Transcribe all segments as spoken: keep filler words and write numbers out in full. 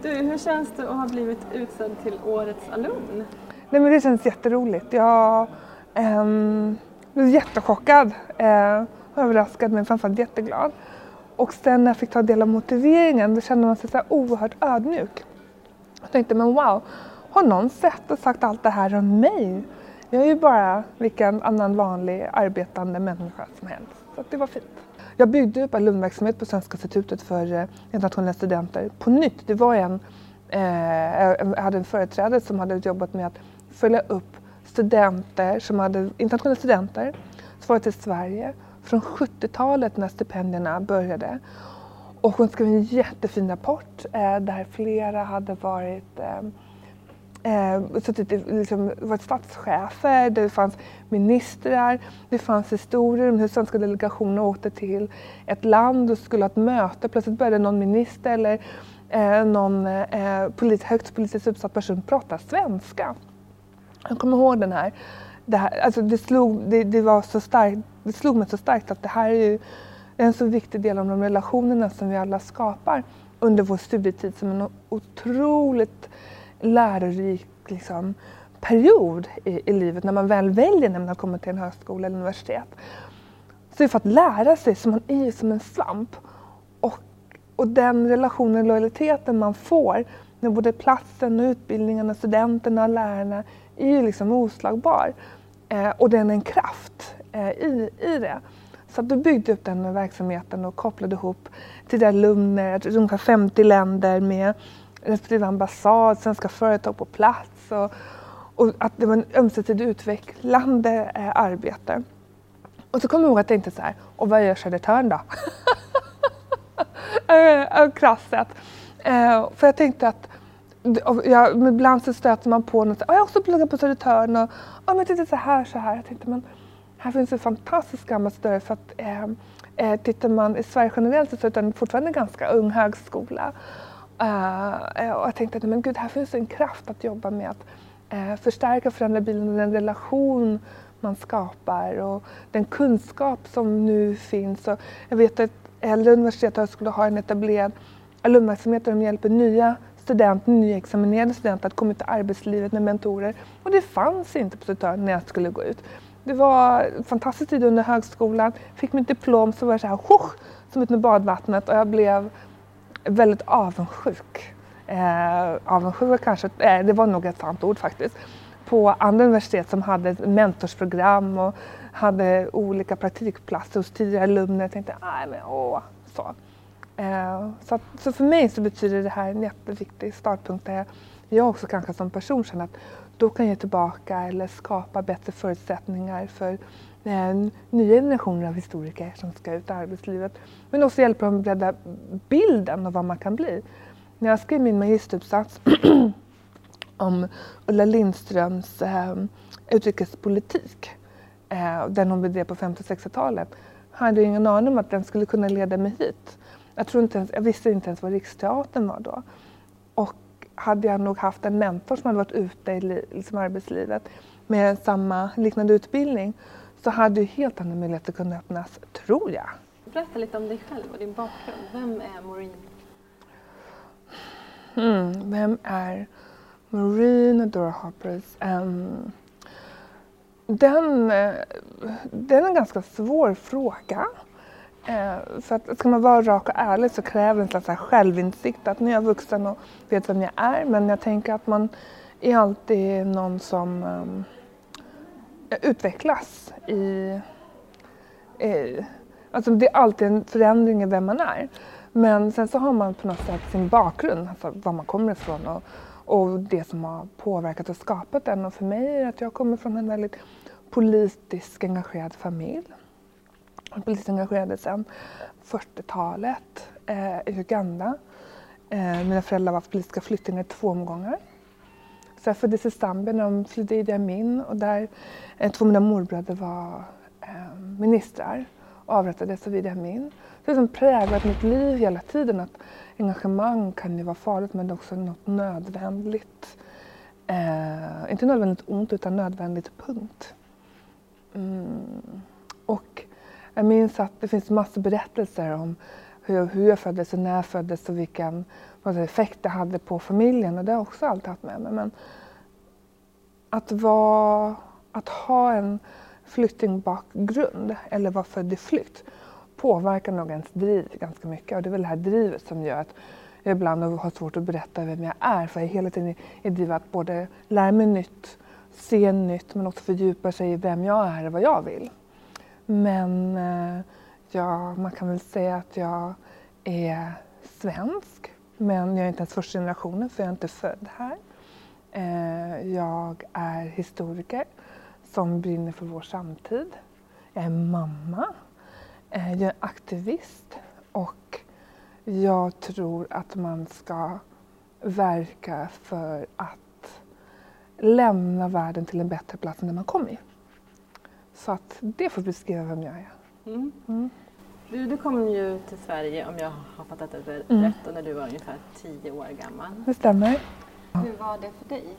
Du, hur känns det att ha blivit utsedd till årets alumn? Nej, men det känns jätteroligt. Jag ähm, blev jättechockad, äh, överraskad men framförallt jätteglad. Och sen när jag fick ta del av motiveringen då kände man sig så här oerhört ödmjuk. Jag tänkte, men wow, har någon sett och sagt allt det här om mig? Jag är ju bara vilken annan vanlig arbetande människa som helst. Så det var fint. Jag byggde upp alumnverksamhet på Svenska institutet för internationella studenter på nytt. Det var en, eh, jag hade en företrädare som hade jobbat med att följa upp studenter, som hade, internationella studenter som var till Sverige från sjuttiotalet när stipendierna började. Och hon skrev en jättefin rapport eh, där flera hade varit eh, Eh, så det liksom var statschefer, det fanns ministrar, det fanns historier om hur svenska delegationer åkte till ett land och skulle ha ett möte. Plötsligt började någon minister eller eh, någon eh, polit, högt politiskt uppsatt person prata svenska. Jag kommer ihåg den här. Det, här, alltså det, slog, det, det, var så starkt, det slog mig så starkt att det här är ju en så viktig del av de relationerna som vi alla skapar under vår studietid, som en otroligt lärorik liksom, period i, i livet när man väl väljer när man kommer till en högskola eller universitet. Så det är för att lära sig som man är som en svamp. Och, och den relationen och lojaliteten man får med både platsen och utbildningen och studenterna och lärarna är ju liksom oslagbar. Eh, och den är en kraft eh, i, i det. Så att du byggde upp den verksamheten och kopplade ihop till alumner, ungefär femtio länder med respektive ambassad, svenska företag på plats och, och att det var en ömsesidigt utvecklande eh, arbete. Och så kommer jag ihåg att jag tänkte så här, och vad gör Södertörn då? Av krasset. Eh, för jag tänkte att, jag, ibland så stöter man på något, jag har också pluggat på Södertörn och ja, men det är så här, så här. Jag tänkte, men här finns det fantastiska ambassadörer för att eh, eh, tittar man i Sverige generellt så är Södertörn fortfarande en ganska ung högskola. Uh, och jag tänkte att men gud, här finns en kraft att jobba med att uh, förstärka och förändra bilden och den relation man skapar och den kunskap som nu finns. Och jag vet att äldre universitet och högskolor har en etablerad alumnverksamhet där de hjälper nya studenter, nyexaminerade studenter att komma ut i arbetslivet med mentorer. Och det fanns inte på Södertörn när jag skulle gå ut. Det var en fantastisk tid under högskolan. Fick mitt diplom så var det så här, husch, som ut med badvattnet och jag blev väldigt avundsjuk. Eh, avundsjuk kanske, eh, det var nog ett sant ord faktiskt. På andra universitet som hade mentorsprogram och hade olika praktikplatser hos tidigare alumner. Jag tänkte, nej men åh, så. Eh, så, att, så för mig så betyder det här en jätteviktig startpunkt där jag, jag också kanske som person känner att då kan jag tillbaka eller skapa bättre förutsättningar för eh, nya generationer av historiker som ska ut i arbetslivet. Men också hjälpa dem att bredda bilden av vad man kan bli. När jag skrev min magisteruppsats om Ulla Lindströms eh, utrikespolitik, eh, den hon bedrev på femtio- och sextiotalet, hade jag ingen aning om att den skulle kunna leda mig hit. Jag, tror inte ens, jag visste inte ens vad Riksteatern var då. Och hade jag nog haft en mentor som hade varit ute i liksom arbetslivet med samma liknande utbildning så hade ju helt andra möjligheter kunnat öppnas, tror jag. Berätta lite om dig själv och din bakgrund. Vem är Maureen? Mm, vem är Maureen Adora Hoppers? Um, den, den är en ganska svår fråga. Uh, för att ska man vara rak och ärlig så kräver det en slags självinsikt att nu är jag vuxen och vet vem jag är. Men jag tänker att man är alltid någon som um, utvecklas i, i... Alltså det är alltid en förändring i vem man är. Men sen så har man på något sätt sin bakgrund, alltså var man kommer ifrån och, och det som har påverkat och skapat den. Och för mig är det att jag kommer från en väldigt politiskt engagerad familj. Jag är politiskt engagerad sedan fyrtiotalet eh, i Uganda. Eh, mina föräldrar var politiska flyktingar två omgångar. Så jag föddes i Zambia när de flydde Idi Amin och där eh, två av mina morbröder var eh, ministrar och avrättades av Idi Amin. Det har liksom präglat mitt liv hela tiden att engagemang kan ju vara farligt men också något nödvändigt. Eh, inte nödvändigt ont utan nödvändigt, punkt. Mm. Och jag minns att det finns massor berättelser om hur, hur jag föddes och när jag föddes och vilken vad säger, effekt det hade på familjen. Och det har jag också alltid haft med mig. Men att, vara, att ha en flyktingbakgrund eller vara född i flykt påverkar nog ens driv ganska mycket. Och det är väl det här drivet som gör att jag ibland har svårt att berätta vem jag är. För jag är hela tiden i driv att både lära mig nytt, se nytt men också fördjupa sig i vem jag är och vad jag vill. Men ja, man kan väl säga att jag är svensk. Men jag är inte ens första generationen för jag är inte född här. Jag är historiker som brinner för vår samtid. Jag är mamma. Jag är aktivist och jag tror att man ska verka för att lämna världen till en bättre plats än där man kom i. Så att det får beskriva vem jag är. Mm. Mm. Du, du kom ju till Sverige, om jag har fattat det rätt, Mm. när du var ungefär tio år gammal. Det stämmer. Hur var det för dig?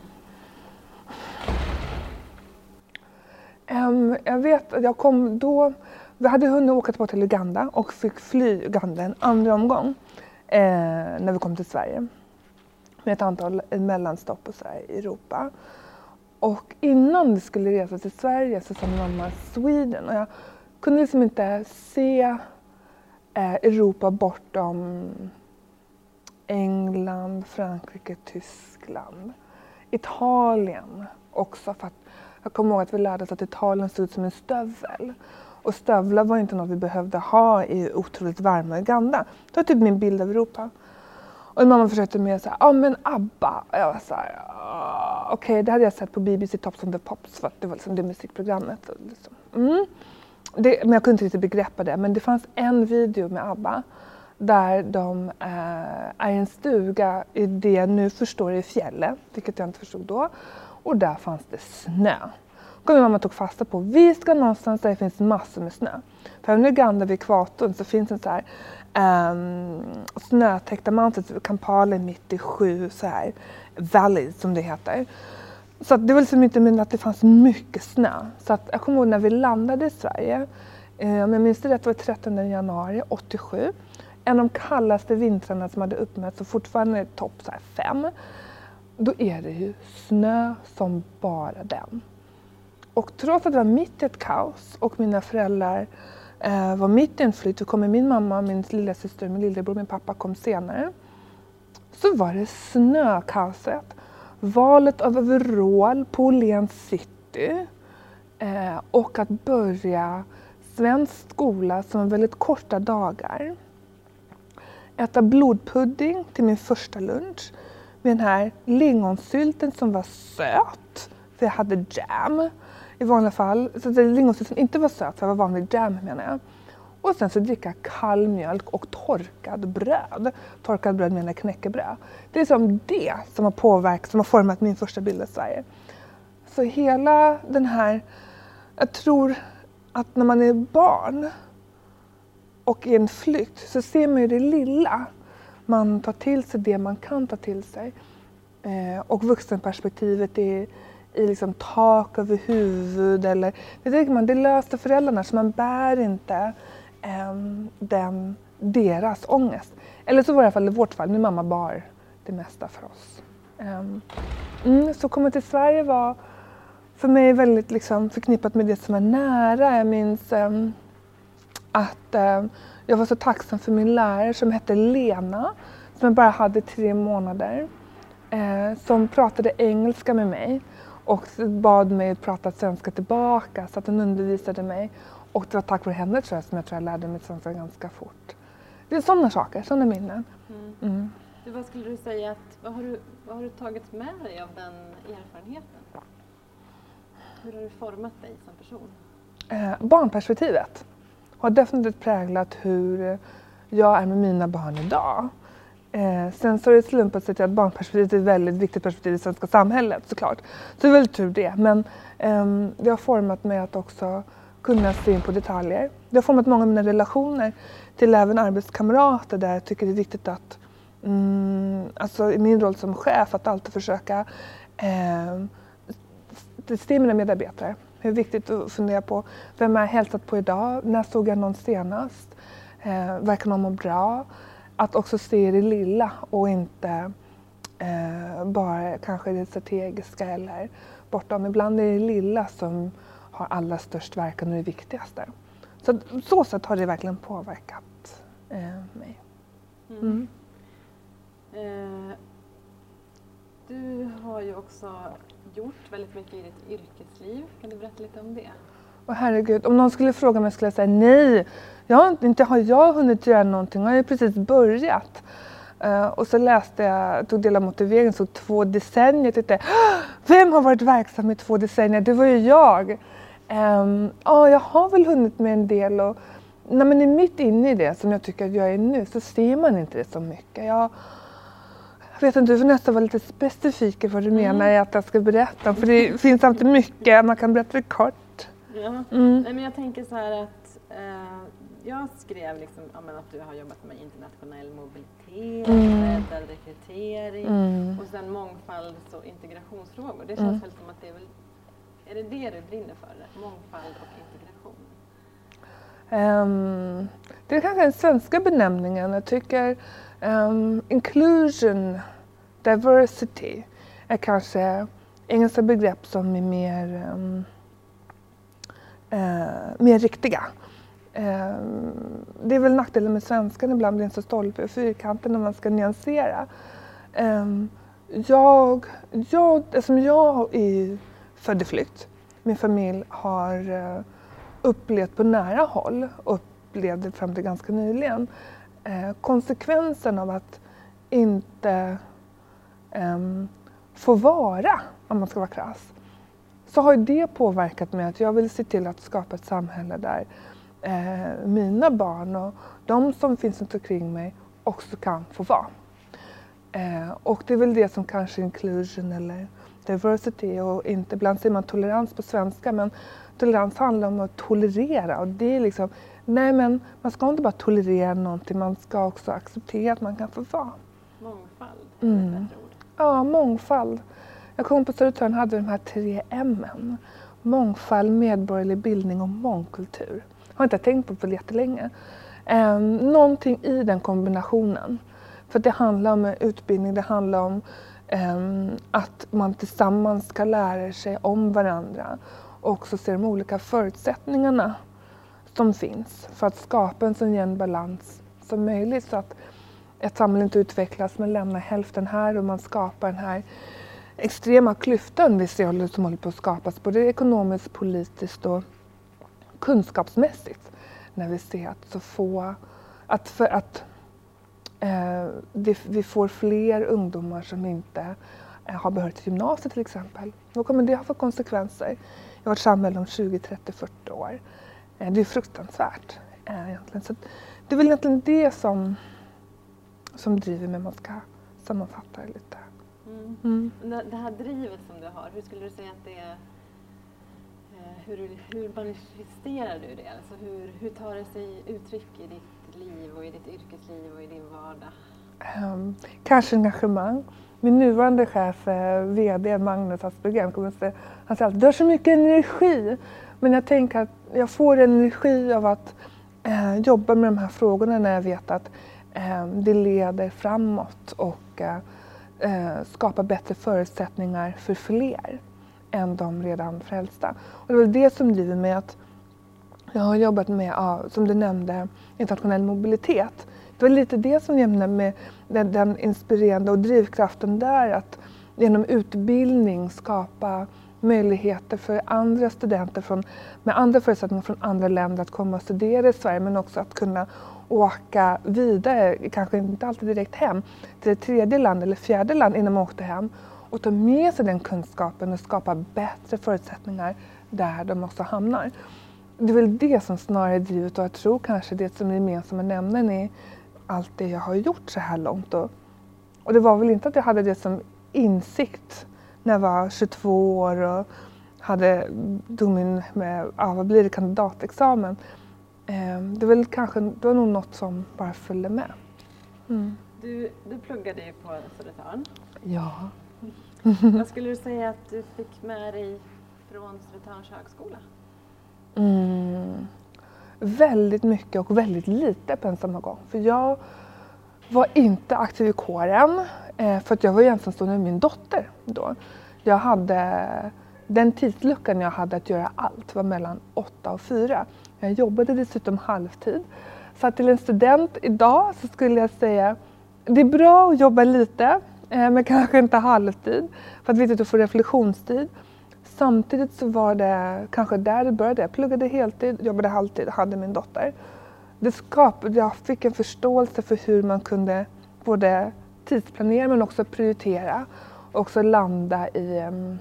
Um, jag vet att jag kom då, vi hade hunnit åka tillbaka till Uganda och fick fly Uganda en andra omgång eh, när vi kom till Sverige. Med ett antal mellanstopp och så här, i Europa. Och innan vi skulle resa till Sverige så sa min mamma Sweden och jag kunde liksom inte se eh, Europa bortom England, Frankrike, Tyskland, Italien också för att jag kommer ihåg att vi lärde oss att Italien såg ut som en stövel. Och stövlar var inte något vi behövde ha i otroligt varma Uganda. Det var typ min bild av Europa. Och mamma försökte med så här, ja ah, men ABBA. Och jag var så här, ah, okej okay, det hade jag sett på B B C Tops of the Pops för att det var liksom det musikprogrammet. Och liksom. mm. det, men jag kunde inte riktigt begreppa det. Men det fanns en video med ABBA där de eh, är i en stuga i det jag nu förstår i fjället, vilket jag inte förstod då. Och där fanns det snö. Och min mamma tog fasta på, vi ska någonstans där det finns massor med snö. För även i Uganda vid ekvatorn så finns en så här um, snötäckta mountains, Kampala mitt i sju så här valleys som det heter. Så att det var liksom inte men att det fanns mycket snö. Så att jag kommer ihåg när vi landade i Sverige, eh, om jag minns det rätt var det trettonde januari åttiosju. En av de kallaste vintrarna som hade uppmätts och fortfarande är topp så här fem. Då är det ju snö som bara den. Och trots att det var mitt i ett kaos och mina föräldrar eh, var mitt i en flytt, så kommer min mamma, min lilla syster, min lillebror, min pappa kom senare. Så var det snökaoset. Valet av overall på Åhléns city eh, och att börja svensk skola som var väldigt korta dagar. Äta blodpudding till min första lunch. Med den här lingonsylten som var söt, för jag hade jam i vanliga fall. Så det är lingonsylt som inte var söt, för det var vanlig jam menar jag. Och sen så dricka kall mjölk och torkad bröd. Torkad bröd menar knäckebröd. Det är som det som har påverkat, som har format min första bild av Sverige. Så hela den här, jag tror att när man är barn och i en flykt så ser man ju det lilla. Man tar till sig det man kan ta till sig. Eh, och vuxenperspektivet är i liksom tak över huvud. Eller, det tänker man, det löser föräldrarna så man bär inte eh, den, deras ångest. Eller så var det i alla fall i vårt fall, min mamma bar det mesta för oss. Eh, mm, så komma till Sverige var för mig väldigt liksom, förknippat med det som är nära. Jag minns eh, att eh, jag var så tacksam för min lärare som hette Lena, som jag bara hade tre månader, eh, som pratade engelska med mig och bad mig prata svenska tillbaka så att hon undervisade mig. Och det var tack vare henne tror jag som jag tror jag lärde mig svenska ganska fort. Det är sådana saker, sådana minnen. Mm. Mm. Du, vad skulle du säga, att, vad, har du, vad har du tagit med dig av den erfarenheten? Hur har du format dig som person? Eh, barnperspektivet har definitivt präglat hur jag är med mina barn idag. Eh, sen så är det slumpat sig till att barnperspektivet är ett väldigt viktigt perspektiv i svenska samhället såklart. Så det är väldigt tur det. Men eh, det har format mig att också kunna se in på detaljer. Det har format många av mina relationer till även arbetskamrater där jag tycker det är viktigt att, mm, alltså i min roll som chef, att alltid försöka eh, se mina medarbetare. Det är viktigt att fundera på vem jag har hälsat på idag, när såg jag någon senast? eh, verkar man må bra. Att också se det lilla och inte eh, bara kanske det strategiska eller bortom. Ibland är det lilla som har allra störst verkan och det viktigaste. Så så sätt har det verkligen påverkat eh, mig. Mm. Mm. Eh, du har ju också gjort väldigt mycket i ditt yrkesliv. Kan du berätta lite om det? Åh herregud, om någon skulle fråga mig skulle jag säga nej. Jag har inte, inte har jag hunnit göra någonting, jag har ju precis börjat. Uh, och så läste jag, tog del av motiveringen, så två decennier. Jag tyckte, vem har varit verksam i två decennier? Det var ju jag. Um, ja, jag har väl hunnit med en del. Och när man är mitt inne i det som jag tycker att jag är nu så ser man inte det så mycket. Jag, jag vet inte, du får nästan vara lite specifik för vad du mm. menar i att jag ska berätta. För det finns alltid mycket, man kan berätta det kort. Ja. Mm. Nej, men jag tänker så här att eh, jag skrev liksom, ja, men att du har jobbat med internationell mobilitet, mm. breddad rekrytering mm. och sen mångfalds- och integrationsfrågor. Det känns mm. väl som att det är väl, är det det du brinner för? Mångfald och integration? Um, det är kanske den svenska benämningen. Jag tycker um, inclusion, diversity är kanske engelska begrepp som är mer, um, uh, mer riktiga. Um, det är väl nackdelen med svenskan, ibland blir den så stolpig och fyrkantig när man ska nyansera. Um, jag, jag, som jag är född i flykt, min familj har uh, upplevt på nära håll, upplevde fram till ganska nyligen, eh, konsekvensen av att inte eh, få vara, om man ska vara krass. Så har det påverkat mig att jag vill se till att skapa ett samhälle där eh, mina barn och de som finns runt omkring mig också kan få vara. Eh, och det är väl det som kanske inclusion eller diversity, och inte, ibland säger man tolerans på svenska, men tolerans handlar om att tolerera, och det är liksom, nej men man ska inte bara tolerera någonting, man ska också acceptera att man kan få vara. Mångfald, mm. är ett bättre ord. Ja, mångfald. Jag kom på Södertörn hade de här tre M:en. Mångfald, medborgerlig bildning och mångkultur. Har inte tänkt på för jättelänge. Eh, någonting i den kombinationen. För det handlar om utbildning, det handlar om eh, att man tillsammans ska lära sig om varandra. Och också se de olika förutsättningarna som finns för att skapa en så jämn balans som möjligt. Så att ett samhälle inte utvecklas, men lämnar hälften här och man skapar den här extrema klyftan vi ser som håller på att skapas. Både ekonomiskt, politiskt och kunskapsmässigt. När vi ser att så få, att, för att eh, det, vi får fler ungdomar som inte eh, har behörighet till gymnasiet till exempel. Vad kommer det ha för konsekvenser i vårt samhälle om tjugo, trettio, fyrtio år? Eh, det är fruktansvärt eh, egentligen. Så det är väl egentligen det som, som driver mig, man ska sammanfatta det lite. Mm. Mm. Det här drivet som du har, hur skulle du säga att det är? Hur, hur manifesterar du det? Alltså hur, hur tar det sig uttryck i ditt liv och i ditt yrkesliv och i din vardag? Um, kanske engagemang. Min nuvarande chef, V D Magnus Aspergren, kommer att säga, han säger att du har så mycket energi. Men jag tänker att jag får energi av att eh, jobba med de här frågorna när jag vet att eh, det leder framåt och eh, skapar bättre förutsättningar för fler än de redan frälsta. Och det var det som driver mig att jag har jobbat med, ja, som du nämnde, internationell mobilitet. Det var lite det som nämnde med den, den inspirerande och drivkraften där, att genom utbildning skapa möjligheter för andra studenter från, med andra förutsättningar från andra länder att komma och studera i Sverige, men också att kunna åka vidare, kanske inte alltid direkt hem, till ett tredje land eller fjärde land innan man åkte hem. Och ta med sig den kunskapen och skapa bättre förutsättningar där de också hamnar. Det är väl det som snarare drivet, och jag tror kanske det som är gemensamma nämnaren är allt det jag har gjort så här långt. Och, och det var väl inte att jag hade det som insikt när jag var tjugotvå år och hade tog min med, ja, vad blir det, kandidatexamen. Eh, det, var väl kanske, det var nog något som bara följde med. Mm. Du, du pluggade ju på Södertörn. Ja. Vad skulle du säga att du fick med dig från Södertörns högskola? Mm. väldigt mycket och väldigt lite på en samma gång. För jag var inte aktiv i kåren eh, för att jag var ensamstående med min dotter då. Jag hade, den tidsluckan jag hade att göra allt var mellan åtta och fyra. Jag jobbade dessutom halvtid. Så till en student idag så skulle jag säga det är bra att jobba lite eh, men kanske inte halvtid för att det är viktigt att få reflektionstid. Samtidigt så var det kanske där det började. Jag pluggade heltid, jobbade halvtid och hade min dotter. Det skapade, jag fick en förståelse för hur man kunde både tidsplanera men också prioritera. Och också landa i,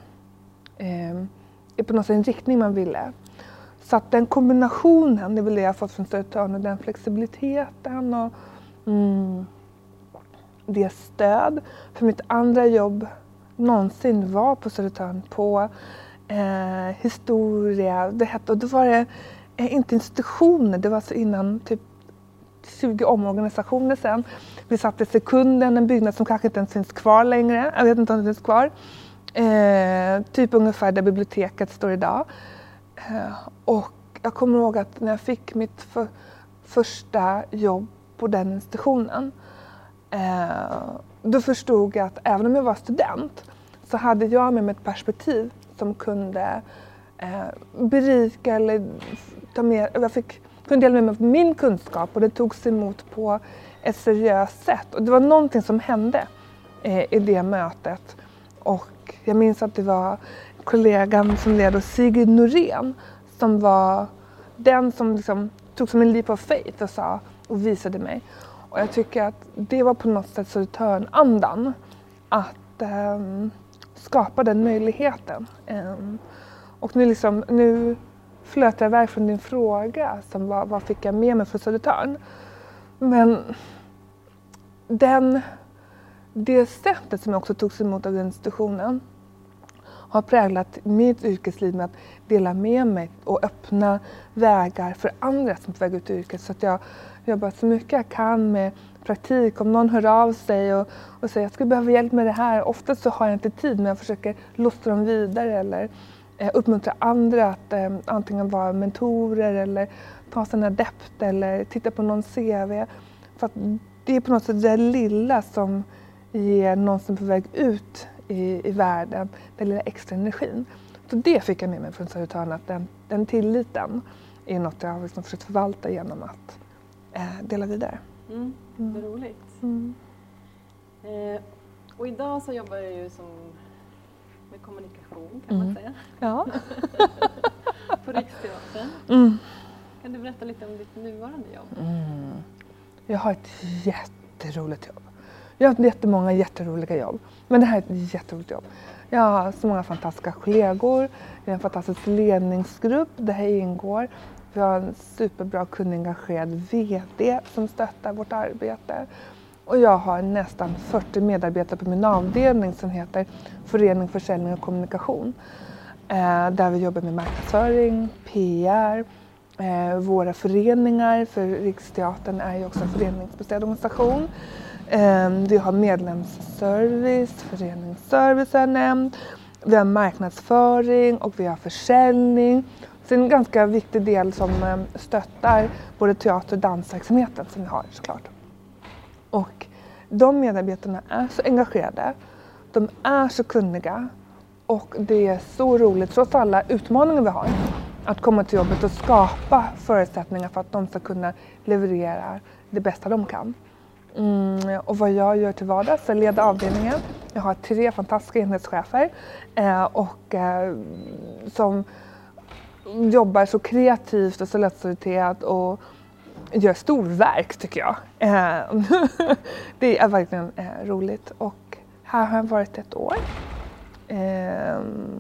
um, i på något sätt en riktning man ville. Så att den kombinationen, det är väl det jag fått från Södertörn och den flexibiliteten och mm, det stöd. För mitt andra jobb någonsin var på Södertörn på eh, historia. Det hette, och då var det eh, inte institutioner, det var så innan typ tjugo omorganisationer sen. Vi satt i Sekunden, en byggnad som kanske inte ens finns kvar längre. Jag vet inte om det finns kvar. Eh, typ ungefär där biblioteket står idag. Eh, och jag kommer ihåg att när jag fick mitt för, första jobb på den institutionen eh, då förstod jag att även om jag var student så hade jag med mig ett perspektiv som kunde eh, berika eller ta med, jag fick, kunde dela med mig av min kunskap och det togs emot på ett seriöst sätt. Och det var någonting som hände eh, i det mötet. Och jag minns att det var kollegan som ledde Sigrid Norén som var den som liksom tog som en leap of faith och sa och visade mig. Och jag tycker att det var på något sätt Södertörn-andan att um, skapa den möjligheten. Um, och nu, liksom, nu flöt jag iväg från din fråga som var vad fick jag med mig från Södertörn. Men den, det sättet som jag också togs emot av den institutionen har präglat mitt yrkesliv med att dela med mig och öppna vägar för andra som är på väg ut i yrket. Så att jag jobbar så mycket jag kan med praktik. Om någon hör av sig och, och säger att jag skulle behöva hjälp med det här. Ofta så har jag inte tid men jag försöker lotsa dem vidare eller eh, uppmuntra andra att eh, antingen vara mentorer eller ta sig en adept eller titta på någon C V. För att det är på något sätt det lilla som ger någon som är på väg ut i, i världen, den lilla extra energin. Så det fick jag med mig från Södertörn, att den, den tilliten är något jag har liksom försökt förvalta genom att eh, dela vidare. Mm, mm. Vad roligt. Mm. Eh, och idag så jobbar jag ju som med kommunikation kan mm. man säga. Ja. På Riksteatern. Mm. Kan du berätta lite om ditt nuvarande jobb? Mm. Jag har ett jätteroligt jobb. Jag har haft jättemånga jätteroliga jobb. Men det här är ett jätteroligt jobb. Jag har så många fantastiska kollegor. Vi har en fantastisk ledningsgrupp där jag ingår. Vi har en superbra kundengagerad V D som stöttar vårt arbete. Och jag har nästan fyrtio medarbetare på min avdelning som heter Förening försäljning och kommunikation. Eh, där vi jobbar med marknadsföring, P R. Eh, våra föreningar, för Riksteatern är ju också en föreningsbaserad organisation. Eh, vi har medlemsservice, föreningsservice är nämnd. Vi har marknadsföring och vi har försäljning. Så det är en ganska viktig del som eh, stöttar både teater- och dansverksamheten som vi har såklart. Och de medarbetarna är så engagerade, de är så kunniga och det är så roligt trots alla utmaningar vi har att komma till jobbet och skapa förutsättningar för att de ska kunna leverera det bästa de kan. Mm, och vad jag gör till vardags är leda avdelningen. Jag har tre fantastiska enhetschefer eh, och eh, som jobbar så kreativt och så lättsorterat och gör storverk tycker jag. Eh, det är verkligen eh, roligt och här har jag varit ett år. Eh,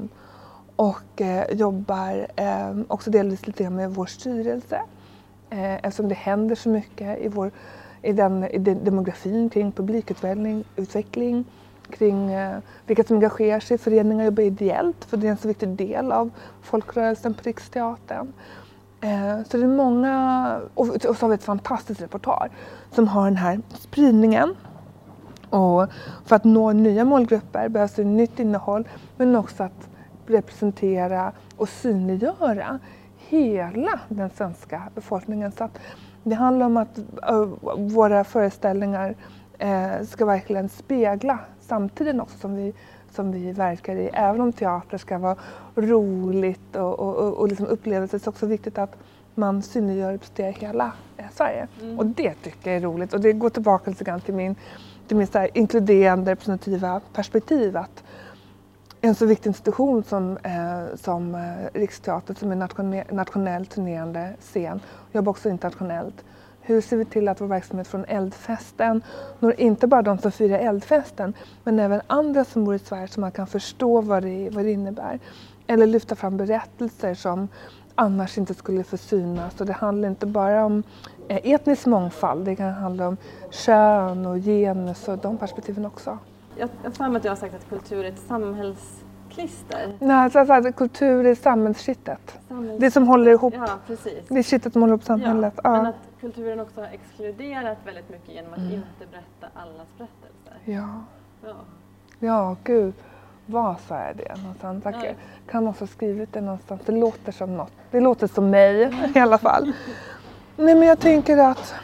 och eh, jobbar eh, också delvis lite med vår styrelse eh, eftersom det händer så mycket i, vår, i, den, i den demografin kring publikutveckling, utveckling, kring eh, vilka som engagerar sig i föreningar och jobbar ideellt för det är en så viktig del av folkrörelsen på Riksteatern. Eh, så det är många, och, och så har vi ett fantastiskt repertoar som har den här spridningen. Och för att nå nya målgrupper behövs det nytt innehåll men också att representera och synliggöra hela den svenska befolkningen. Så att det handlar om att uh, våra föreställningar uh, ska verkligen spegla samtiden också som vi, som vi verkar i. Även om teater ska vara roligt och, och, och, och liksom upplevelser, så är det också viktigt att man synliggör och representerar hela eh, Sverige. Mm. Och det tycker jag är roligt. Och det går tillbaka lite grann till min, till min så här inkluderande representativa perspektiv. Att en så viktig institution som, eh, som eh, Riksteatern, som är nationell, nationellt turnerande scen, jobbar också internationellt. Hur ser vi till att vår verksamhet från Eldfesten når inte bara de som firar Eldfesten, men även andra som bor i Sverige, så man kan förstå vad det, vad det innebär. Eller lyfta fram berättelser som annars inte skulle få synas. Och det handlar inte bara om eh, etnisk mångfald, det kan handla om kön och genus och de perspektiven också. Jag har för mig att jag har sagt att kultur är ett samhällsklister. Nej, så att kultur är samhällskittet. Samhälls... Det som håller ihop. Ja, precis. Det är kittet som håller ihop samhället. Ja, ja. Men att kulturen också har exkluderat väldigt mycket genom att mm. inte berätta allas berättelser. Ja. Ja, ja gud. Vad sa jag det någonstans? Jag ja. kan också ha skrivit det någonstans. Det låter som något. Det låter som mig mm. i alla fall. Nej, men jag tänker att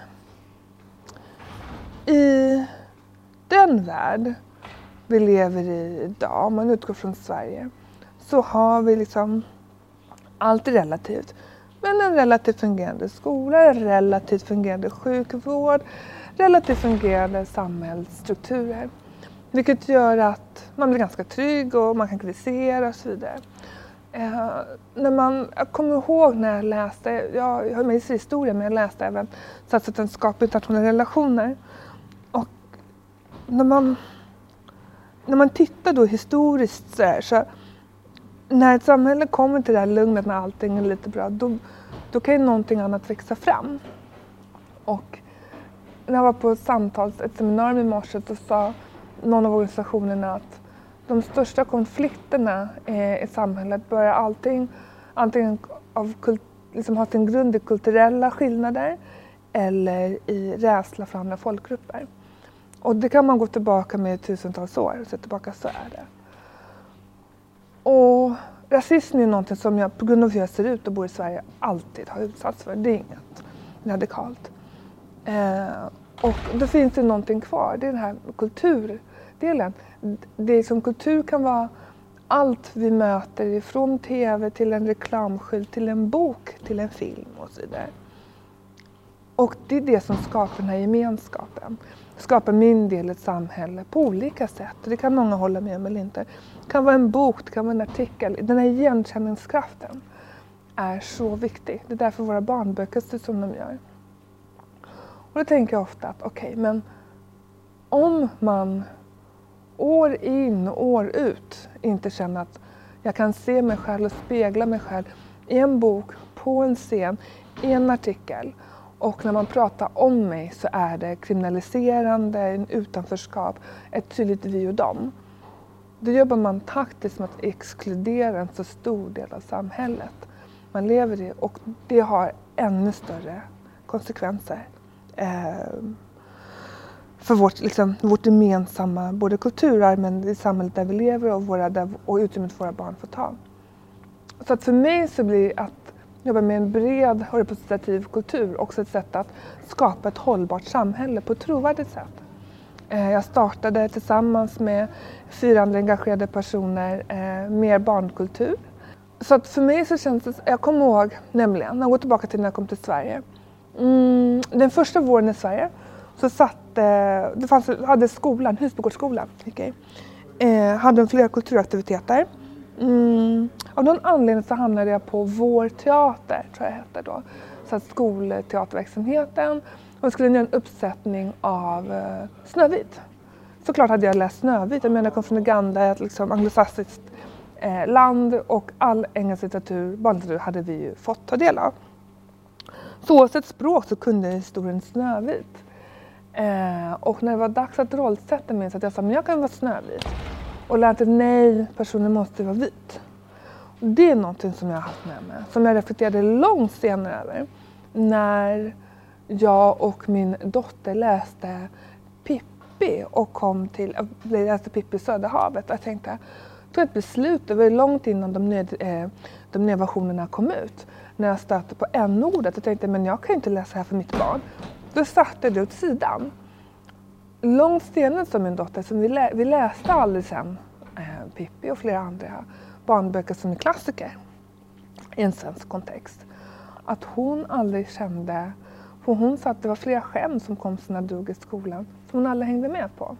i den värld vi lever i idag, om man utgår från Sverige, så har vi liksom allt relativt. Men en relativt fungerande skola, en relativt fungerande sjukvård, relativt fungerande samhällsstrukturer. Vilket gör att man blir ganska trygg och man kan kritisera och så vidare. Eh, när man, jag kommer ihåg när jag läste, jag, jag har med i historia, men jag läste även statsvetenskap och internationella relationer. Och när man, när man tittar då historiskt så, här, så när ett samhälle kommer till det här lugnet, när allting är lite bra, då, då kan ju någonting annat växa fram. Och när jag var på ett samtal, ett seminarium i morse, så sa någon av organisationerna att de största konflikterna i samhället börjar allting, antingen av kult, liksom ha sin grund i kulturella skillnader eller i rädsla för andra folkgrupper. Och det kan man gå tillbaka med tusentals år och se tillbaka, så är det. Och rasism är någonting som jag på grund av hur jag ser ut och bor i Sverige alltid har utsatts för. Det är inget radikalt. Eh, och då finns det någonting kvar, det är den här kulturdelen. Det som kultur kan vara allt vi möter, ifrån tv till en reklamskylt, till en bok, till en film och så vidare. Och det är det som skapar den här gemenskapen. Skapar min del i ett samhälle på olika sätt. Det kan många hålla med om eller inte. Det kan vara en bok, det kan vara en artikel. Den här igenkänningskraften är så viktig. Det är därför våra barnböcker ser som de gör. Och då tänker jag ofta att okej, okay, men om man år in och år ut inte känner att jag kan se mig själv och spegla mig själv i en bok, på en scen, i en artikel. Och när man pratar om mig så är det kriminaliserande, en utanförskap, ett tydligt vi och dem. Då jobbar man taktiskt med att exkludera en så stor del av samhället man lever i. Och det har ännu större konsekvenser eh, för vårt, liksom, vårt gemensamma både kulturarv, men i samhället där vi lever och, våra, där, och utrymmet våra barn får ta. Så att för mig så blir att jobba med en bred och representativ kultur också ett sätt att skapa ett hållbart samhälle på ett trovärdigt sätt. Jag startade tillsammans med fyra andra engagerade personer eh, mer barnkultur. Så att för mig så känns det, jag kommer ihåg nämligen, när jag går tillbaka till när jag kom till Sverige. Mm, den första våren i Sverige så satt, eh, det fanns, hade skolan, Husbygårdsskolan, okay, eh, hade flera kulturaktiviteter. Mm, av någon anledning så hamnade jag på Vår teater, tror jag hette då. Så att skolteaterverksamheten, och jag skulle göra en uppsättning av uh, Snövit. Såklart hade jag läst Snövit, jag menar jag kom från Uganda, ett liksom anglosaxiskt eh, land, och all engelsk litteratur, barnlitteratur hade vi ju fått ta del av. Så oavsett språk så kunde historien Snövit. Eh, och när det var dags att rollsätta mig så att jag sa, men jag kan vara Snövit. Och lärde nej, personen måste vara vit. Och det är någonting som jag har haft med mig. Som jag reflekterade långt senare över. När jag och min dotter läste Pippi och kom till, jag läste Pippi i Söderhavet. Och jag tänkte, tog ett beslut, det var långt innan de nya, eh, de nya versionerna kom ut. När jag stötte på n-ordet och tänkte, men jag kan ju inte läsa här för mitt barn. Då satte jag det åt sidan. Långt senare som min dotter, som vi, lä- vi läste aldrig sen eh, Pippi och flera andra barnböcker som är klassiker i en svensk kontext. Att hon aldrig kände, för hon sa att det var flera skämt som kom sina drog i skolan som hon aldrig hängde med på.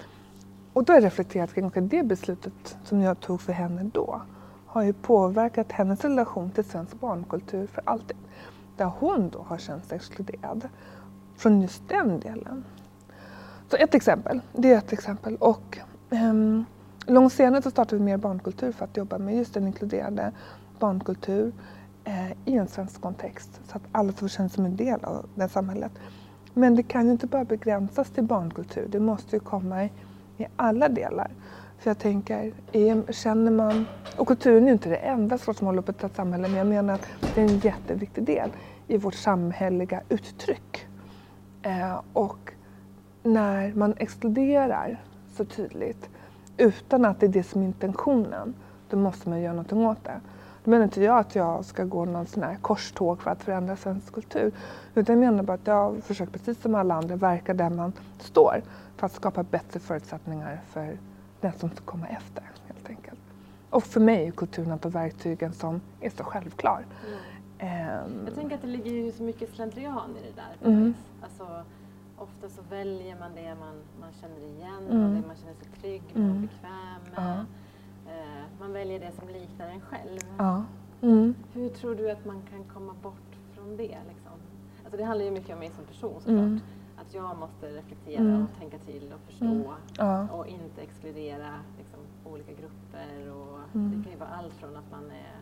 Och då har jag reflekterat kring att det beslutet som jag tog för henne då har ju påverkat hennes relation till svensk barnkultur för alltid. Där hon då har känt sig exkluderad från just den delen. Så ett exempel, det är ett exempel. Och um, långt senare så startade vi mer barnkultur för att jobba med just den inkluderande barnkultur eh, i en svensk kontext. Så att alla får känna som en del av det samhället. Men det kan ju inte bara begränsas till barnkultur. Det måste ju komma i, i alla delar. För jag tänker, är, känner man... Och kulturen är ju inte det enda som håller på ett samhälle. Men jag menar att det är en jätteviktig del i vårt samhälleliga uttryck. Eh, och när man exkluderar så tydligt utan att det är det som är intentionen, då måste man göra något åt det. Då menar inte jag att jag ska gå någon sån här korståg för att förändra svensk kultur. Utan jag menar bara att jag försöker precis som alla andra verka där man står för att skapa bättre förutsättningar för den som ska komma efter, helt enkelt. Och för mig är kulturen ett av verktygen som är så självklar. Mm. Um, jag tänker att det ligger ju så mycket slentrian i det där. Mm. Alltså, ofta så väljer man det man, man känner igen Mm. och det man känner sig trygg med Mm. och bekväm med. Ja. Uh, man väljer det som liknar en själv. Ja. Mm. Hur tror du att man kan komma bort från det? Liksom? Alltså det handlar ju mycket om mig som person såklart. Mm. Att jag måste reflektera Mm. och tänka till och förstå. Mm. Ja. Och inte exkludera liksom, olika grupper. Och Mm. det kan ju vara allt från att man är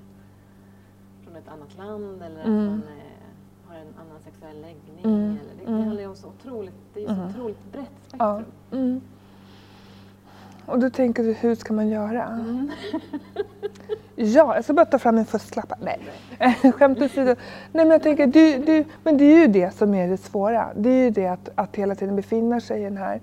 från ett annat land eller Mm. att man är, har en annan sexuell läggning. Mm. Eller, det, det Mm. handlar ju om så otroligt, det är ju så Mm. otroligt brett Ja. spektrum. Mm. Och då tänker du, hur ska man göra? Mm. Ja, jag ska bara ta fram min fusklapp. Nej, skämt åsido. Nej, men jag tänker, du, du, men det är ju det som är det svåra. Det är ju det att, att hela tiden befinna sig i den här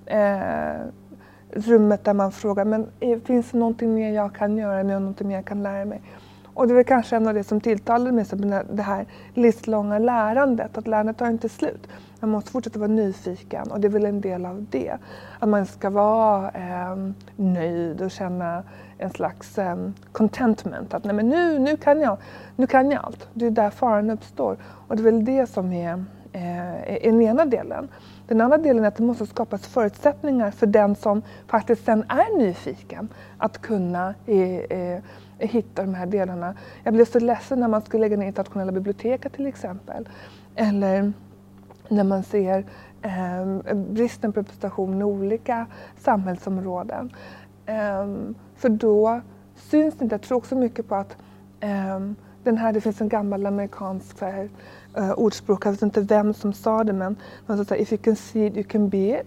eh, rummet där man frågar, men är, finns det någonting mer jag kan göra, eller någonting mer jag kan lära mig? Och det är väl kanske en av det som tilltalade mig, som det här livslånga lärandet, att lärandet tar inte slut. Man måste fortsätta vara nyfiken och det är väl en del av det. Att man ska vara eh, nöjd och känna en slags eh, contentment. Att nej, men nu, nu, kan jag, nu kan jag allt. Det är där faran uppstår. Och det är väl det som är, eh, är den ena delen. Den andra delen är att det måste skapas förutsättningar för den som faktiskt sen är nyfiken att kunna eh, eh, hitta de här delarna. Jag blev så ledsen när man skulle lägga ner internationella biblioteket till exempel. Eller när man ser eh, bristen på representation i olika samhällsområden. Eh, för då syns det inte, jag tror också mycket på att eh, den här, det finns en gammal amerikansk så här, eh, ordspråk, jag vet inte vem som sa det, men man säger if you can see it, you can be it.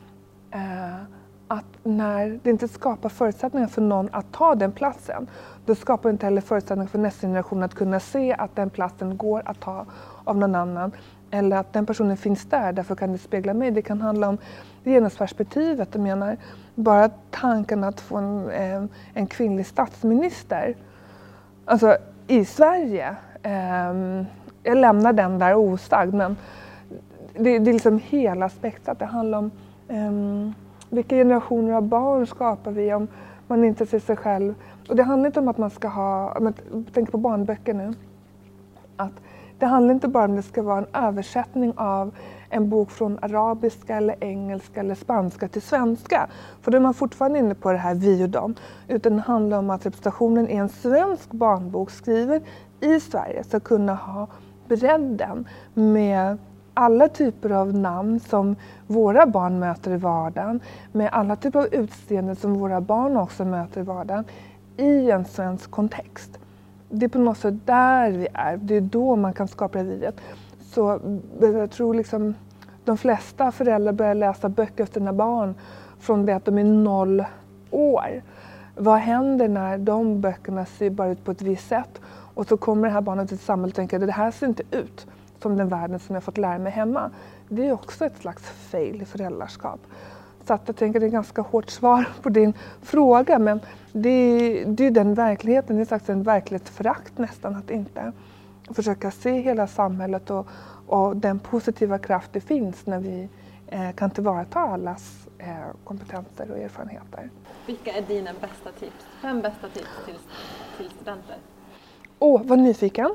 Eh, att när det inte skapar förutsättningar för någon att ta den platsen, då skapar det inte heller förutsättningar för nästa generation att kunna se att den platsen går att ta av någon annan. Eller att den personen finns där, därför kan det spegla mig. Det kan handla om genusperspektivet. Jag menar, bara tanken att få en, eh, en kvinnlig statsminister. Alltså i Sverige. Eh, jag lämnar den där osagd, men det, det är liksom hela spektrat. Det handlar om eh, vilka generationer av barn skapar vi om man inte ser sig själv. Och det handlar inte om att man ska ha, om jag tänker på barnböcker nu, att det handlar inte bara om att det ska vara en översättning av en bok från arabiska eller engelska eller spanska till svenska. För då är man fortfarande inne på det här vi och dem. Utan det handlar om att representationen i en svensk barnbok skriven i Sverige ska kunna ha bredden med alla typer av namn som våra barn möter i vardagen. Med alla typer av utseenden som våra barn också möter i vardagen. I en svensk kontext. Det är på något sätt där vi är. Det är då man kan skapa reviret. Så jag tror liksom de flesta föräldrar börjar läsa böcker för sina barn från det att de är noll år. Vad händer när de böckerna ser bara ut på ett visst sätt? Och så kommer det här barnet till samhället och tänker att det här ser inte ut som den världen som jag fått lära mig hemma. Det är också ett slags fail i föräldraskap. Så att jag tänker det är ganska hårt svar på din fråga, men det, det är den verkligheten, det är faktiskt en verklighetsförakt nästan att inte försöka se hela samhället och, och den positiva kraft det finns när vi eh, kan tillvarata allas eh, kompetenser och erfarenheter. Vilka är dina bästa tips? Fem bästa tips till, till studenter? Åh, oh, var nyfiken.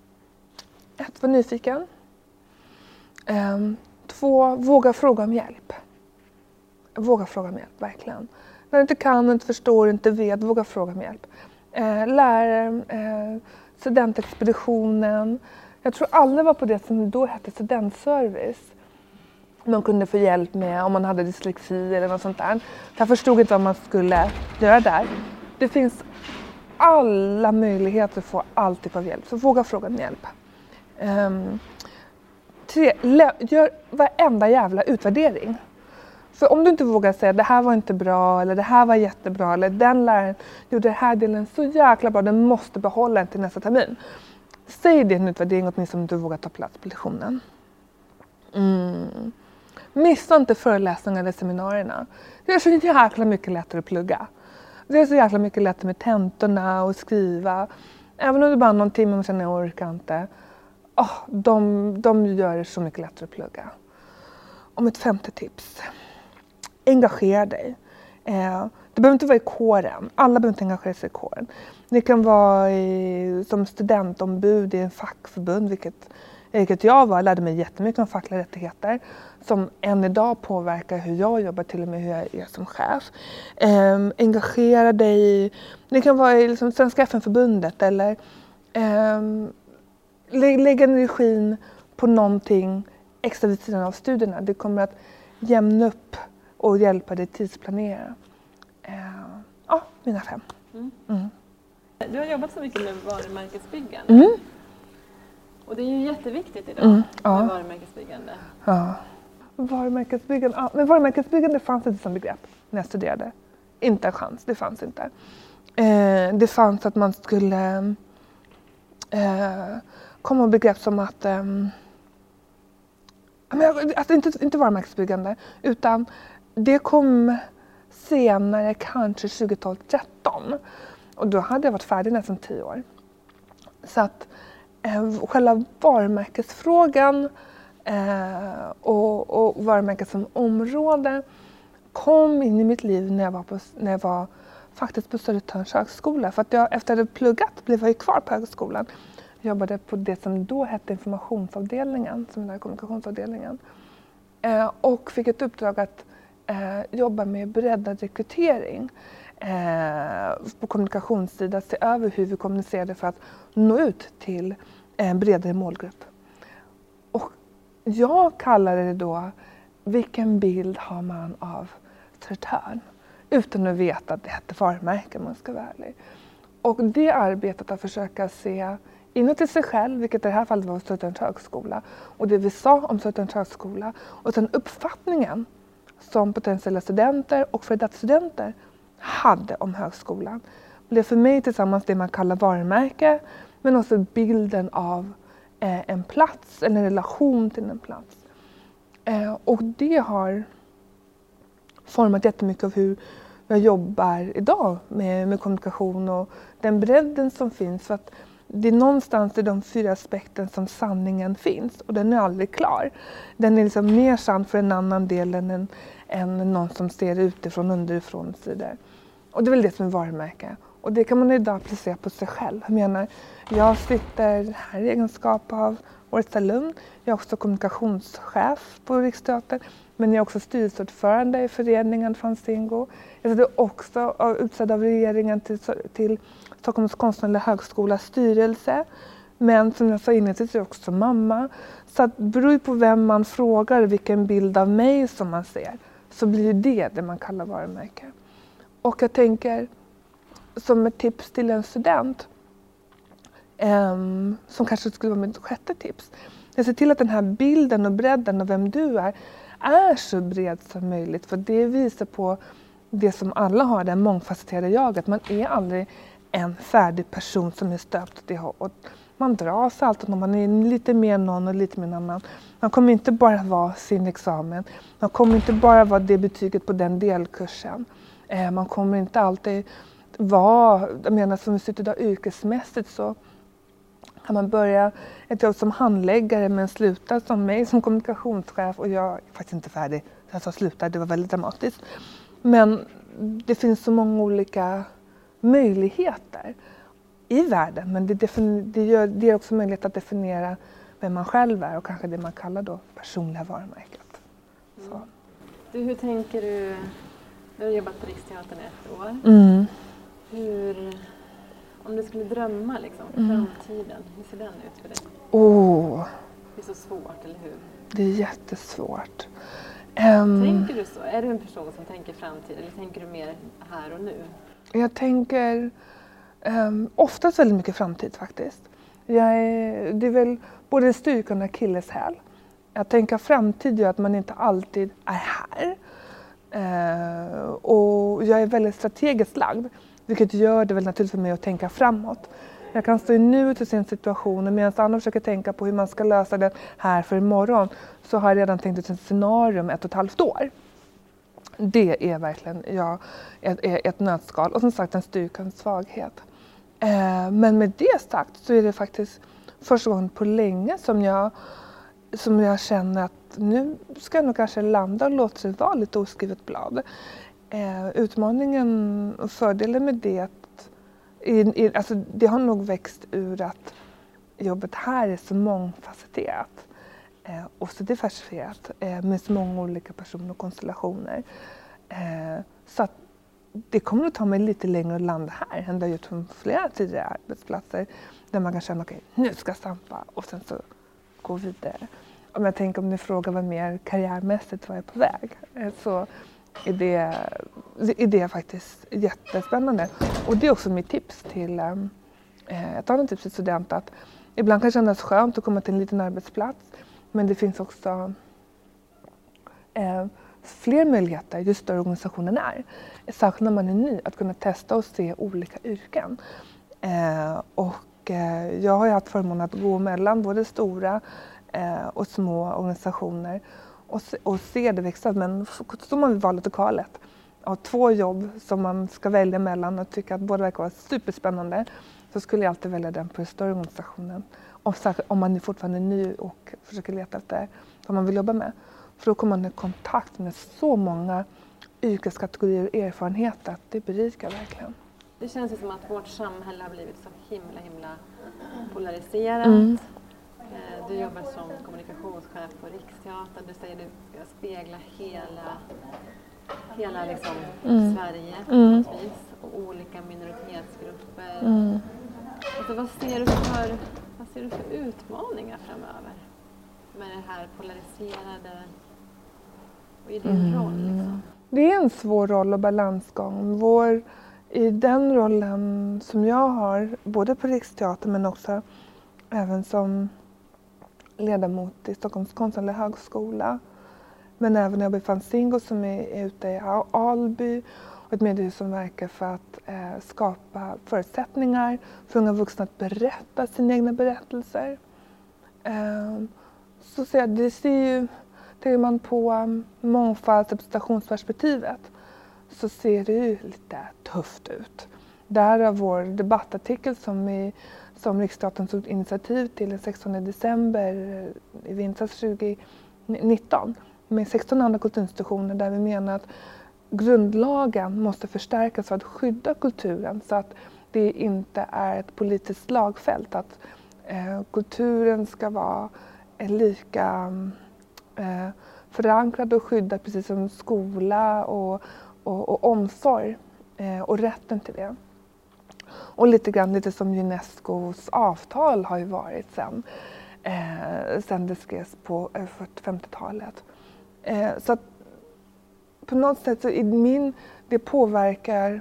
Ett, var nyfiken. Um, två, våga fråga om hjälp. Våga fråga om hjälp, verkligen. När du inte kan, inte förstår, inte vet, våga fråga om hjälp. Eh, lärare, eh, studentexpeditionen. Jag tror alla var på det som då hette studentservice. Man kunde få hjälp med om man hade dyslexi eller något sånt där. Jag förstod inte vad man skulle göra där. Det finns alla möjligheter att få all typ av hjälp. Så våga fråga om hjälp. Um, tre, gör varenda jävla utvärdering. För om du inte vågar säga det här var inte bra eller det här var jättebra eller den läraren gjorde den här delen så jäkla bra, den måste behålla den till nästa termin. Säg det i en utvärdering åtminstone om du vågar ta plats på lektionen. Mm. Missa inte föreläsningarna eller seminarierna. Det är så jäkla mycket lättare att plugga. Det är så jäkla mycket lättare med tentorna och skriva. Även om det bara är någon timme och sen jag orkar inte. Oh, de, de gör det så mycket lättare att plugga. Om ett femte tips. Engagera dig. Eh, det behöver inte vara i kåren. Alla behöver inte engagera sig i kåren. Det kan vara i, som studentombud i en fackförbund, vilket, vilket jag var. Jag lärde mig jättemycket om fackliga rättigheter. Som än idag påverkar hur jag jobbar, till och med hur jag är som chef. Eh, engagera dig. Det kan vara i liksom, Svenska F N-förbundet eller eh, lä lägga energin på någonting extra vid sidan av studierna. Det kommer att jämna upp och hjälpa dig tidsplanera. Eh, ja, mina fem. Mm. Mm. Du har jobbat så mycket med varumärkesbyggande. Mm. Och det är ju jätteviktigt idag Mm. Ja. med varumärkesbyggande. Ja. Varumärkesbyggande, ja, men varumärkesbyggande fanns inte som begrepp när jag studerade. Inte en chans, det fanns inte. Eh, det fanns att man skulle eh, komma med begrepp som att eh, alltså inte, inte varumärkesbyggande, utan det kom senare, kanske tjugohundratolv tretton. Och då hade jag varit färdig nästan tio år. Så att eh, själva varumärkesfrågan eh, och, och varumärket som område kom in i mitt liv när jag var, på, när jag var faktiskt på Södertörns högskola. För att jag efter att jag hade pluggat blev jag kvar på högskolan. Jag jobbade på det som då hette informationsavdelningen, som är kommunikationsavdelningen. Eh, och fick ett uppdrag att eh, jobba med breddad rekrytering eh, på kommunikationssidan. Se över hur vi kommunicerade för att nå ut till en bredare målgrupp. Och jag kallade det då, vilken bild har man av Södertörn? Utan att veta att det hette varumärke, om man ska vara ärlig. Och det arbetet att försöka se inuti sig själv, vilket i det här fallet var Södertörns högskola, och det vi sa om Södertörns högskola, och sen uppfattningen som potentiella studenter och före detta studenter hade om högskolan, blev för mig tillsammans det man kallar varumärke, men också bilden av eh, en plats, eller en relation till en plats. Eh, och det har format jättemycket av hur jag jobbar idag med, med kommunikation och den bredden som finns. För att det är någonstans i de fyra aspekterna som sanningen finns, och den är aldrig klar. Den är liksom mer sann för en annan del än, en, än någon som ser utifrån, underifrån och så vidare. Och det är väl det som är varumärke. Och det kan man idag applicera på sig själv. Jag menar, jag sitter här i egenskap av årets alumn. Jag är också kommunikationschef på Riksteatern. Men jag är också styrelseordförande i föreningen Fanzingo. Jag sitter också utsedd av regeringen till, till Stockholms konstnärliga högskolas styrelse. Men som jag sa innan så är jag också mamma. Så att beror på vem man frågar vilken bild av mig som man ser, så blir det det man kallar varumärke. Och jag tänker som ett tips till en student, um, som kanske skulle vara mitt sjätte tips. Jag ser till att den här bilden och bredden av vem du är är så bred som möjligt. För det visar på det som alla har, det mångfacetterade jaget. Man är aldrig en färdig person som är stöpt åt det, åt man dras alltid när man är lite mer någon och lite mer annan. Man kommer inte bara vara sin examen. Man kommer inte bara vara det betyget på den delkursen. Eh, man kommer inte alltid vara, jag menar som vi sitter idag yrkesmässigt så kan man börja ett jobb som handläggare men sluta som mig som kommunikationschef och jag är faktiskt inte färdig. Jag sa sluta, det var väldigt dramatiskt. Men det finns så många olika möjligheter i världen men det, defini- det, gör, det ger också möjlighet att definiera vem man själv är och kanske det man kallar då personliga varumärket. Så. Mm. Du, hur tänker du, du har jobbat på Riksteatern ett år. Mm. Hur, om du skulle drömma liksom, Mm. framtiden, hur ser den ut för dig? Oh, Det är så svårt, eller hur? det är jättesvårt. Um, Tänker du så? Är du en person som tänker framtid eller tänker du mer här och nu? Jag tänker um, oftast väldigt mycket framtid faktiskt. Jag är, det är väl både styrkan och akilleshäl. Jag tänker framtid gör att man inte alltid är här. Uh, och jag är väldigt strategiskt lagd. Vilket gör det väl naturligt för mig att tänka framåt. Jag kan stå i nuet i sin situation och medan andra försöker tänka på hur man ska lösa det här för imorgon så har jag redan tänkt ut ett scenario om ett och ett halvt år. Det är verkligen ja, ett, ett nötskal och som sagt en styrka och en svaghet. Eh, men med det sagt så är det faktiskt första gången på länge som jag, som jag känner att nu ska jag nog kanske landa och låta det vara lite oskrivet blad. Eh, utmaningen och fördelen med det att i, i, alltså det har nog växt ur att jobbet här är så mångfacetterat eh, och så diversifierat eh, med så många olika personer och konstellationer. Eh, så att det kommer att ta mig lite längre att landa här än det har gjort på flera tidigare arbetsplatser där man kan känna okej, okay, nu ska jag stampa och sen så gå vidare. Om jag tänker om ni frågar vad mer karriärmässigt var jag på väg eh, så är det, är det faktiskt jättespännande. Och det är också mitt tips till eh, ett annat tips till studenter att ibland kan det kännas skönt att komma till en liten arbetsplats men det finns också eh, fler möjligheter ju större organisationen är. Särskilt när man är ny att kunna testa och se olika yrken. Eh, och eh, jag har ju haft förmånen att gå mellan både stora eh, och små organisationer och se, och se det växa. Men står man vid valet och kalet och har två jobb som man ska välja mellan och tycker att båda verkar vara superspännande så skulle jag alltid välja den på den större organisationen. Och särskilt om man är fortfarande ny och försöker leta efter vad man vill jobba med. För då kommer man i kontakt med så många yrkeskategorier och erfarenheter att det berikar verkligen. Det känns ju som att vårt samhälle har blivit så himla himla polariserat. Mm. Du jobbar som kommunikationschef på Riksteatern. Du säger att du ska spegla hela, hela liksom Mm. Sverige på Mm. något vis. Och olika minoritetsgrupper. Mm. Alltså, vad, ser du för, vad ser du för utmaningar framöver? Med det här polariserade och i din Mm. roll liksom? Det är en svår roll och balansgång. Vår, i den rollen som jag har, både på Riksteatern men också även som ledamot i Stockholms konstnärliga högskola. Men även jag befann Singo som är, är ute i Alby och ett mediehus som verkar för att eh, skapa förutsättningar för unga vuxna att berätta sina egna berättelser. Eh, så ser jag, det ser ju, tänker man på um, mångfalds- och representationsperspektivet så ser det ju lite tufft ut. Därav vår debattartikel som, vi, som Riksteatern tog initiativ till den sextonde december i vintras tjugonitton med sexton andra kulturinstitutioner där vi menar att grundlagen måste förstärkas för att skydda kulturen så att det inte är ett politiskt slagfält. Att eh, kulturen ska vara eh, lika eh, förankrad och skyddad precis som skola och, och, och omsorg eh, och rätten till det. Och lite grann lite som Unescos avtal har ju varit sen, eh, sen det skrevs på eh, fyrtio-femtiotalet. Eh, så att på något sätt så i min, det påverkar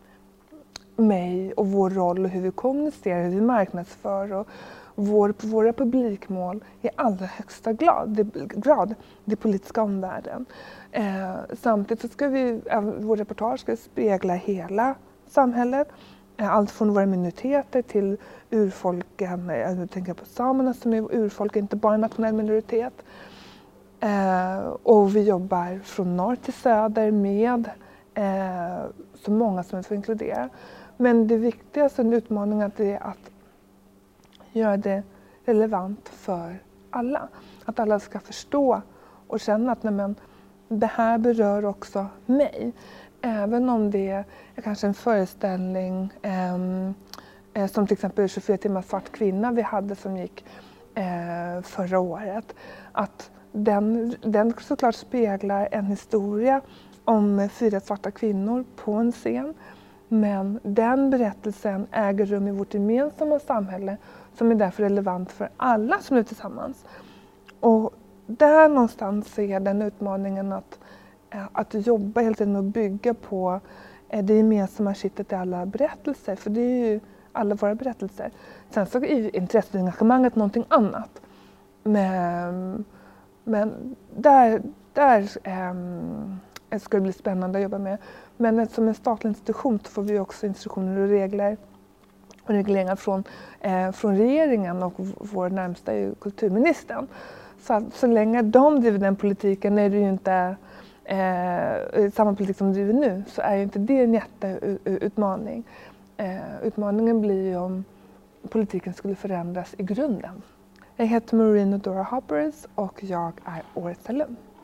mig och vår roll och hur vi kommunicerar, hur vi marknadsför och vår, våra publikmål i allra högsta grad, det, grad, det politiska omvärlden. Eh, samtidigt så ska vi, vår reportage ska spegla hela samhället Allt från våra minoriteter till urfolken, jag tänker på samerna som är urfolk, inte bara en nationell minoritet. Eh, och vi jobbar från norr till söder med eh, så många som vi får inkludera. Men det viktigaste och utmaningen är att göra det relevant för alla. Att alla ska förstå och känna att nej, men, det här berör också mig. Även om det är kanske en föreställning eh, som till exempel tjugofyra timmar svart kvinna vi hade som gick eh, förra året. Att den, den såklart speglar en historia om fyra svarta kvinnor på en scen. Men den berättelsen äger rum i vårt gemensamma samhälle som är därför relevant för alla som är tillsammans. Och där någonstans är den utmaningen att, att jobba hela tiden och bygga på det gemensamma kittet i alla berättelser. För det är ju alla våra berättelser. Sen så är ju intresset och engagemanget någonting annat. Men, men där, där ähm, ska det bli spännande att jobba med. Men som en statlig institution så får vi också instruktioner och regler och regleringar från, eh, från regeringen och vår närmsta är ju kulturministern. Så att så länge de driver den politiken är det ju inte eh, samma politik som de driver nu, så är ju inte det en jätteutmaning. Eh, utmaningen blir ju om politiken skulle förändras i grunden. Jag heter Maureen Dora Hoppers och jag är årets alum.